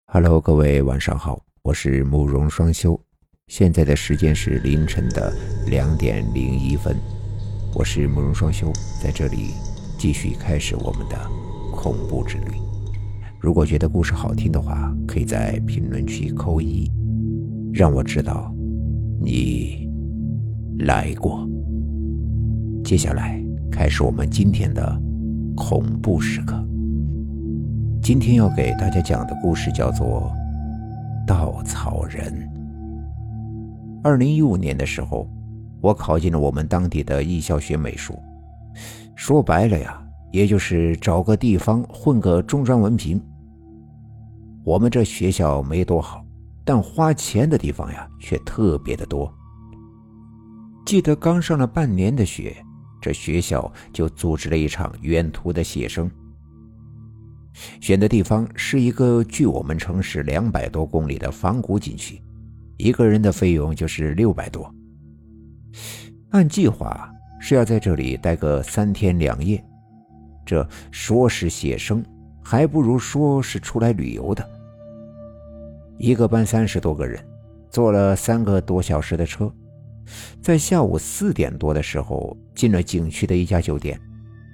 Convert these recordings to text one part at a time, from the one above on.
Hello，各位晚上好，我是慕容双修，现在的时间是凌晨的2:01，我是慕容双修，在这里继续开始我们的恐怖之旅。如果觉得故事好听的话，可以在评论区扣1，让我知道你来过。接下来开始我们今天的恐怖时刻。今天要给大家讲的故事叫做稻草人。2015年的时候，我考进了我们当地的艺校学美术。说白了呀，也就是找个地方混个中专文凭。我们这学校没多好，但花钱的地方呀却特别的多。记得刚上了半年的学，这学校就组织了一场远途的写生。选的地方是一个距我们城市200多公里的仿古景区，一个人的费用就是600多。按计划是要在这里待个3天2夜，这说是写生，还不如说是出来旅游的。一个班30多个人，坐了3个多小时的车，在下午4点多的时候进了景区的一家酒店。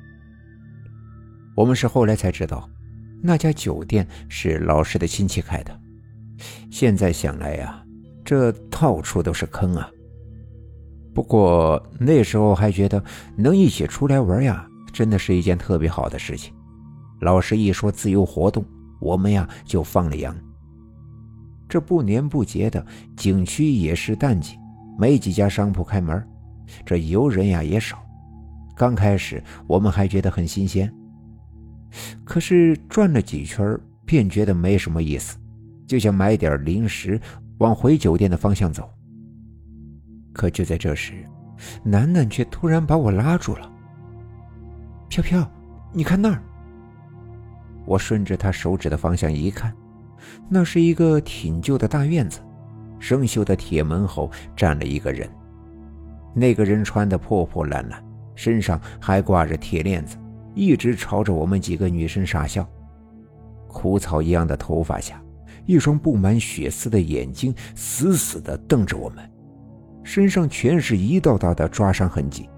我们是后来才知道，那家酒店是老师的亲戚开的。现在想来呀，这到处都是坑啊。不过那时候还觉得能一起出来玩呀，真的是一件特别好的事情。老师一说自由活动，我们呀就放了羊。这不年不节的，景区也是淡季，没几家商铺开门，这游人呀也少。刚开始我们还觉得很新鲜，可是转了几圈便觉得没什么意思，就想买点零食往回酒店的方向走。可就在这时，楠楠却突然把我拉住了。飘飘，你看那儿。我顺着他手指的方向一看，那是一个挺旧的大院子，生锈的铁门后站了一个人。那个人穿得破破烂烂，身上还挂着铁链子，一直朝着我们几个女生傻笑。枯草一样的头发下，一双布满血丝的眼睛死死地瞪着我们，身上全是一道道的抓伤痕迹。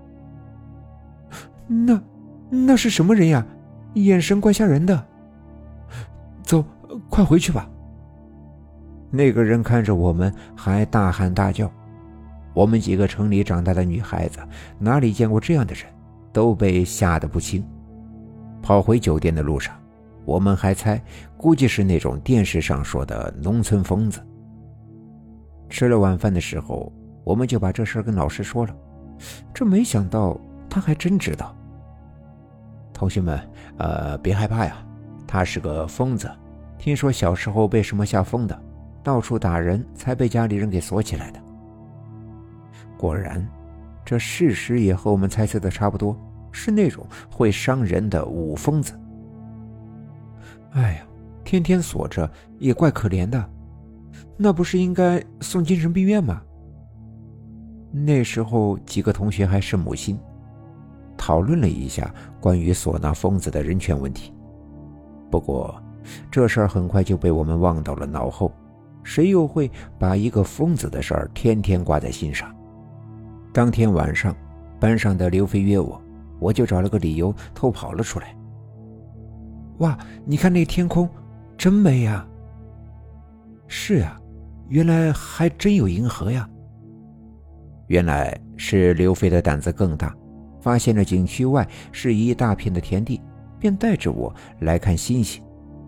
那是什么人呀？眼神怪吓人的。走，快回去吧。那个人看着我们还大喊大叫。我们几个城里长大的女孩子哪里见过这样的人，都被吓得不轻。跑回酒店的路上，我们还猜估计是那种电视上说的农村疯子。吃了晚饭的时候，我们就把这事跟老师说了，这没想到他还真知道。同学们，别害怕呀，他是个疯子，听说小时候被什么吓疯的，到处打人才被家里人给锁起来的。果然，这事实也和我们猜测的差不多，是那种会伤人的武疯子。哎呀，天天锁着也怪可怜的，那不是应该送精神病院吗？那时候几个同学还是母亲，讨论了一下关于锁那疯子的人权问题。不过这事儿很快就被我们忘到了脑后，谁又会把一个疯子的事儿天天挂在心上？当天晚上，班上的刘飞约我就找了个理由偷跑了出来。哇，你看那天空真美呀。是啊，原来还真有银河呀。原来是刘飞的胆子更大，发现了景区外是一大片的田地，便带着我来看星星。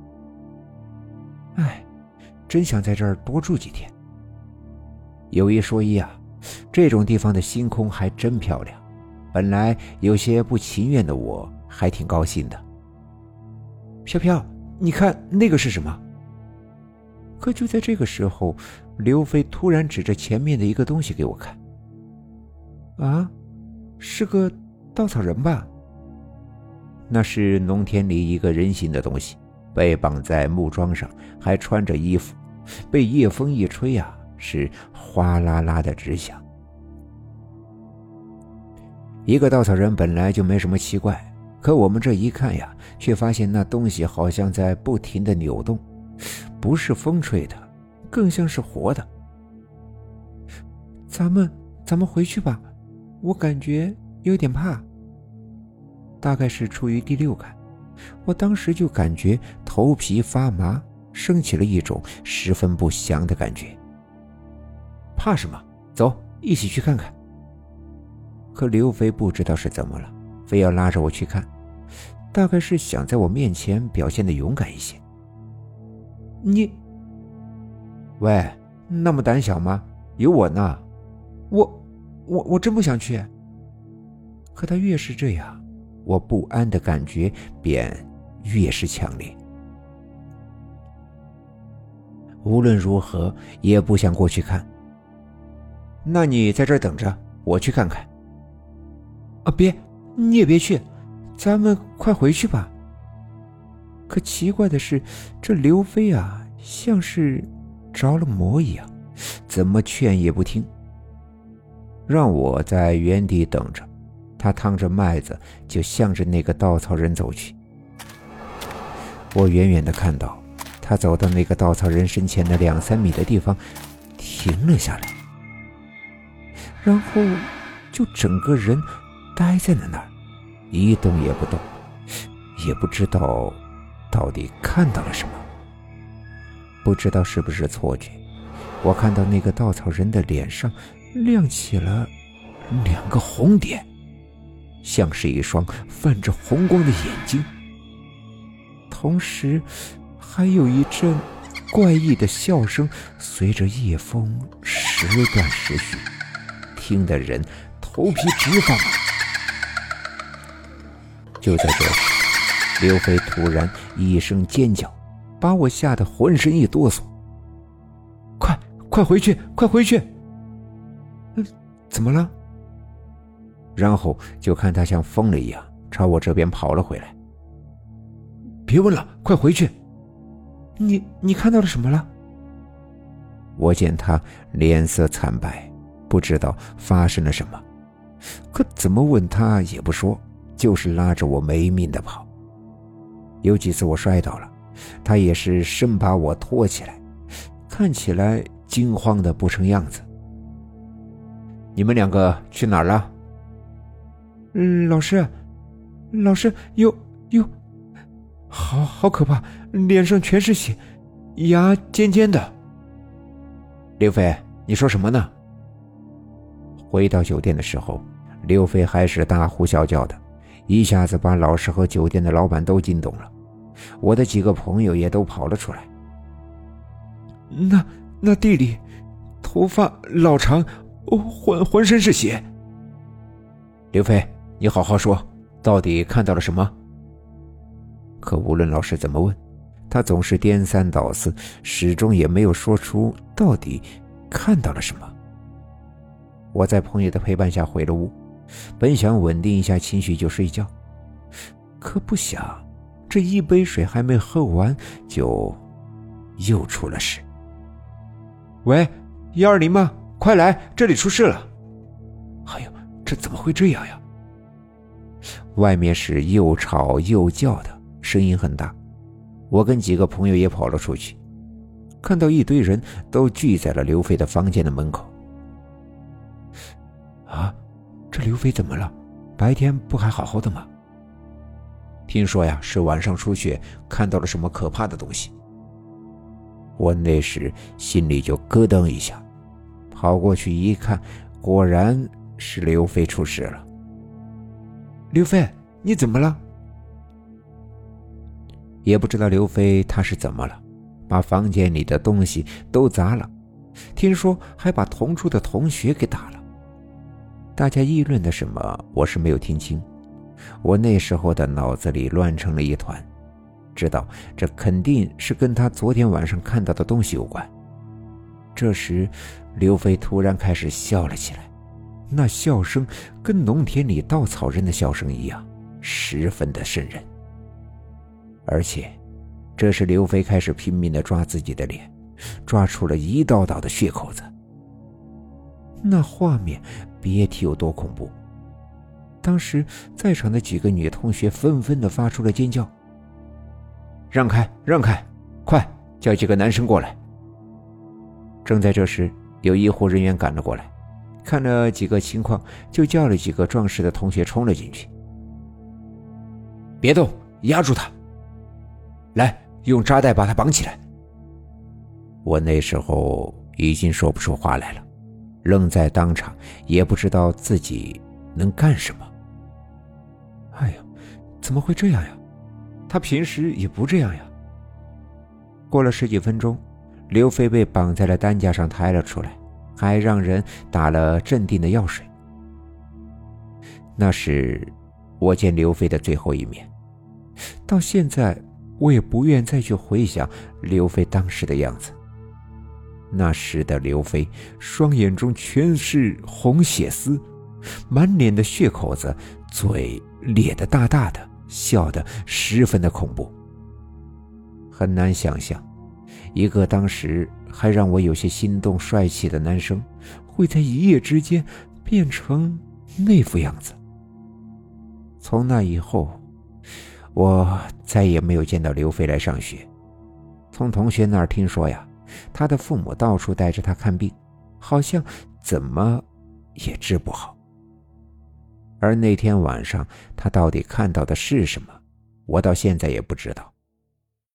哎，真想在这儿多住几天。有一说一啊，这种地方的星空还真漂亮，本来有些不情愿的我还挺高兴的。飘飘，你看那个是什么？可就在这个时候，刘飞突然指着前面的一个东西给我看。啊，是个稻草人吧？那是农田里一个人形的东西，被绑在木桩上，还穿着衣服，被夜风一吹啊，是哗啦啦的直响。一个稻草人本来就没什么奇怪，可我们这一看呀，却发现那东西好像在不停地扭动， 不是风吹的，更像是活的。咱们回去吧，我感觉有点怕。大概是出于第六感，我当时就感觉头皮发麻，升起了一种十分不祥的感觉。怕什么？走，一起去看看。可刘飞不知道是怎么了，非要拉着我去看，大概是想在我面前表现得勇敢一些。喂，那么胆小吗？有我呢。我真不想去。可他越是这样，我不安的感觉便越是强烈。无论如何也不想过去看。那你在这儿等着，我去看看。别，你也别去，咱们快回去吧。可奇怪的是，这刘飞啊，像是着了魔一样，怎么劝也不听，让我在原地等着。他趟着麦子就向着那个稻草人走去。我远远地看到他走到那个稻草人身前的2-3米的地方停了下来，然后就整个人呆在了那儿，一动也不动，也不知道到底看到了什么。不知道是不是错觉，我看到那个稻草人的脸上亮起了2个红点，像是一双泛着红光的眼睛，同时还有一阵怪异的笑声随着夜风时断时续，听得人头皮直发麻。就在这时，刘飞突然一声尖叫，把我吓得浑身一哆嗦。快回去，快回去！怎么了？然后就看他像疯了一样朝我这边跑了回来。别问了，快回去！你看到了什么了？我见他脸色惨白，不知道发生了什么，可怎么问他也不说，就是拉着我没命的跑。有几次我摔倒了，他也是生把我拖起来，看起来惊慌的不成样子。你们2个去哪儿了？老师有好可怕，脸上全是血，牙尖尖的。刘飞，你说什么呢？回到酒店的时候，刘飞还是大呼小叫的，一下子把老师和酒店的老板都惊动了。我的几个朋友也都跑了出来。那地里头发老长，浑身是血。刘飞，你好好说，到底看到了什么？可无论老师怎么问，他总是颠三倒四，始终也没有说出到底看到了什么。我在朋友的陪伴下回了屋，本想稳定一下情绪就睡觉，可不想这一杯水还没喝完，就又出了事。喂，120吗？快来，这里出事了！哎呦，这怎么会这样呀？外面是又吵又叫的，声音很大。我跟几个朋友也跑了出去，看到一堆人都聚在了刘飞的房间的门口。啊，这刘飞怎么了？白天不还好好的吗？听说呀，是晚上出去看到了什么可怕的东西。我那时心里就咯噔一下，跑过去一看，果然是刘飞出事了。刘飞，你怎么了？也不知道刘飞他是怎么了，把房间里的东西都砸了，听说还把同处的同学给打了。大家议论的什么我是没有听清，我那时候的脑子里乱成了一团，知道这肯定是跟他昨天晚上看到的东西有关。这时刘飞突然开始笑了起来，那笑声跟农田里稻草人的笑声一样，十分的瘆人。而且这时刘飞开始拼命地抓自己的脸，抓出了一道道的血口子。那画面别提有多恐怖。当时在场的几个女同学纷纷地发出了尖叫。让开，让开，快， 叫几个男生过来。正在这时，有医护人员赶了过来，看了几个情况，就叫了几个壮实的同学冲了进去。别动，压住他！来，用扎带把他绑起来！我那时候已经说不出话来了，愣在当场，也不知道自己能干什么。哎呀，怎么会这样呀？他平时也不这样呀。过了10几分钟，刘飞被绑在了担架上抬了出来，还让人打了镇定的药水。那是我见刘飞的最后一面，到现在我也不愿再去回想刘飞当时的样子。那时的刘飞双眼中全是红血丝，满脸的血口子，嘴咧得大大的，笑得十分的恐怖。很难想象，一个当时还让我有些心动帅气的男生，会在一夜之间变成那副样子。从那以后，我再也没有见到刘飞来上学。从同学那儿听说呀，他的父母到处带着他看病，好像怎么也治不好。而那天晚上他到底看到的是什么，我到现在也不知道。